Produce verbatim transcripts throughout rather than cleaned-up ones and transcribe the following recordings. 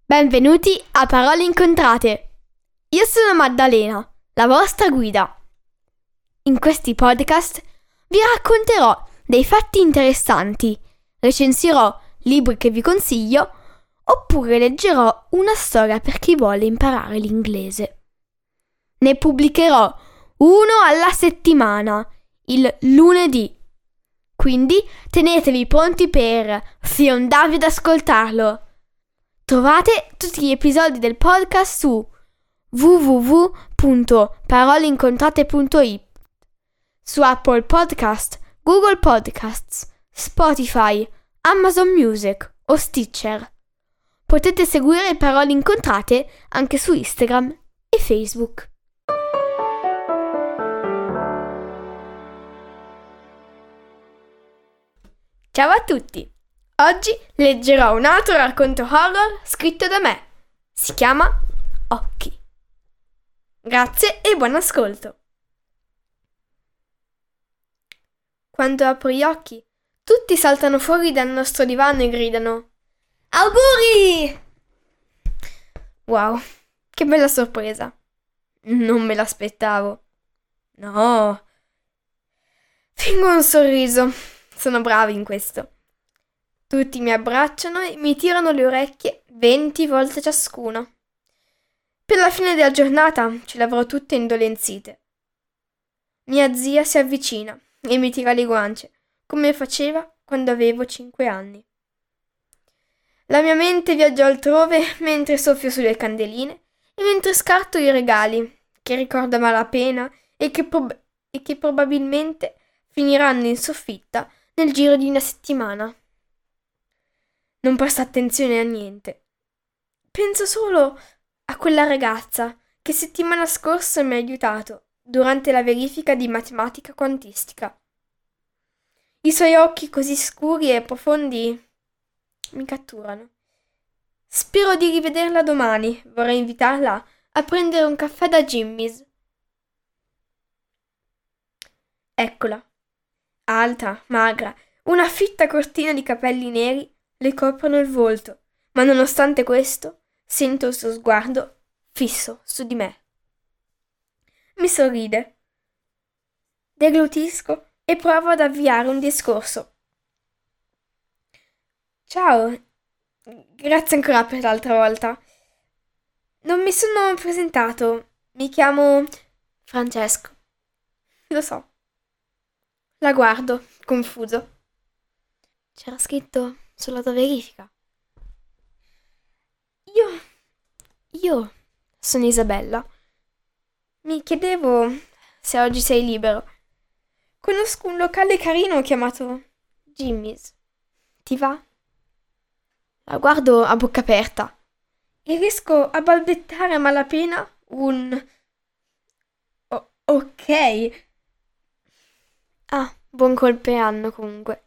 Benvenuti a Parole Incontrate. Io sono Maddalena, la vostra guida. In questi podcast vi racconterò dei fatti interessanti, recensirò libri che vi consiglio, oppure leggerò una storia per chi vuole imparare l'inglese. Ne pubblicherò uno alla settimana, il lunedì. Quindi tenetevi pronti per fiondarvi ad ascoltarlo. Trovate tutti gli episodi del podcast su w w w punto paroleincontrate punto i t, su Apple Podcast, Google Podcasts, Spotify, Amazon Music o Stitcher. Potete seguire Parole Incontrate anche su Instagram e Facebook. Ciao a tutti! Oggi leggerò un altro racconto horror scritto da me. Si chiama Occhi. Grazie e buon ascolto. Quando apro gli occhi, tutti saltano fuori dal nostro divano e gridano: Auguri! Wow, che bella sorpresa. Non me l'aspettavo. No. Fingo un sorriso. Sono bravi in questo. Tutti mi abbracciano e mi tirano le orecchie venti volte ciascuno. Per la fine della giornata ce le avrò tutte indolenzite. Mia zia si avvicina e mi tira le guance, come faceva quando avevo cinque anni. La mia mente viaggia altrove mentre soffio sulle candeline e mentre scarto i regali, che ricordo a malapena e che, prob- e che probabilmente finiranno in soffitta nel giro di una settimana. Non presto attenzione a niente. Penso solo a quella ragazza che settimana scorsa mi ha aiutato durante la verifica di matematica quantistica. I suoi occhi così scuri e profondi mi catturano. Spero di rivederla domani. Vorrei invitarla a prendere un caffè da Jimmy's. Eccola. Alta, magra, una fitta cortina di capelli neri le coprono il volto, ma nonostante questo sento il suo sguardo fisso su di me. Mi sorride. Deglutisco e provo ad avviare un discorso. Ciao, grazie ancora per l'altra volta. Non mi sono presentato, mi chiamo Francesco. Lo so. La guardo, confuso. C'era scritto sulla tua verifica. Io... Io sono Isabella. Mi chiedevo se oggi sei libero. Conosco un locale carino chiamato Jimmy's. Ti va? La guardo a bocca aperta e riesco a balbettare a malapena un... O- ok. Ah, buon compleanno comunque.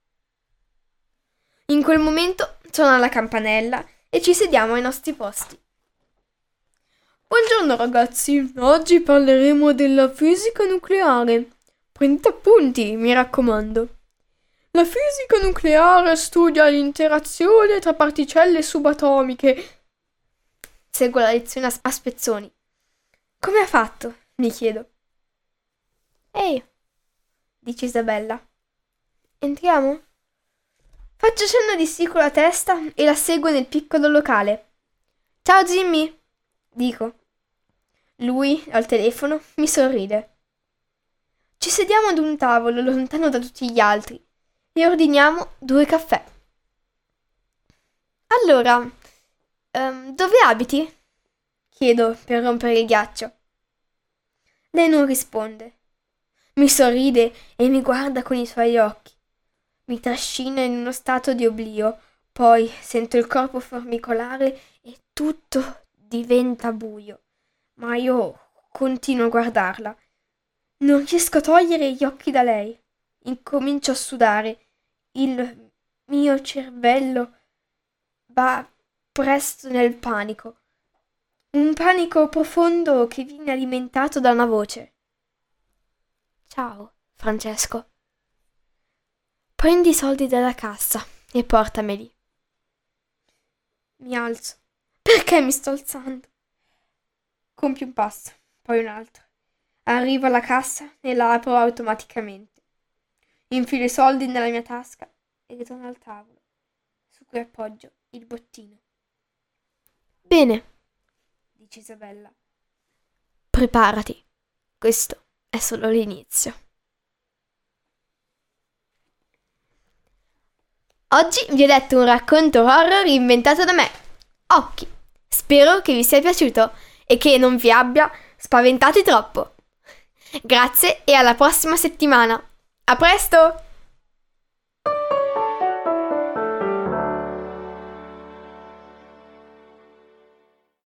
In quel momento suona la campanella e ci sediamo ai nostri posti. Buongiorno ragazzi, oggi parleremo della fisica nucleare. Prendete appunti, mi raccomando. La fisica nucleare studia l'interazione tra particelle subatomiche. Seguo la lezione a spezzoni. Come ha fatto? Mi chiedo. Ehi, dice Isabella. Entriamo? Faccio cenno di sì con la testa e la seguo nel piccolo locale. Ciao Jimmy, dico. Lui, al telefono, mi sorride. Ci sediamo ad un tavolo lontano da tutti gli altri e ordiniamo due caffè. Allora, um, dove abiti? Chiedo per rompere il ghiaccio. Lei non risponde. Mi sorride e mi guarda con i suoi occhi. Mi trascina in uno stato di oblio, poi sento il corpo formicolare e tutto diventa buio. Ma io continuo a guardarla. Non riesco a togliere gli occhi da lei. Incomincio a sudare. Il mio cervello va presto nel panico. Un panico profondo che viene alimentato da una voce. Ciao, Francesco. Prendi i soldi dalla cassa e portameli. Mi alzo, Perché mi sto alzando? Compio un passo, poi un altro. Arrivo alla cassa e la apro automaticamente. Infilo i soldi nella mia tasca e ritorno al tavolo, su cui appoggio il bottino. Bene, dice Isabella. Preparati, questo è solo l'inizio. Oggi vi ho letto un racconto horror inventato da me, Occhi. Spero che vi sia piaciuto e che non vi abbia spaventati troppo. Grazie e alla prossima settimana. A presto!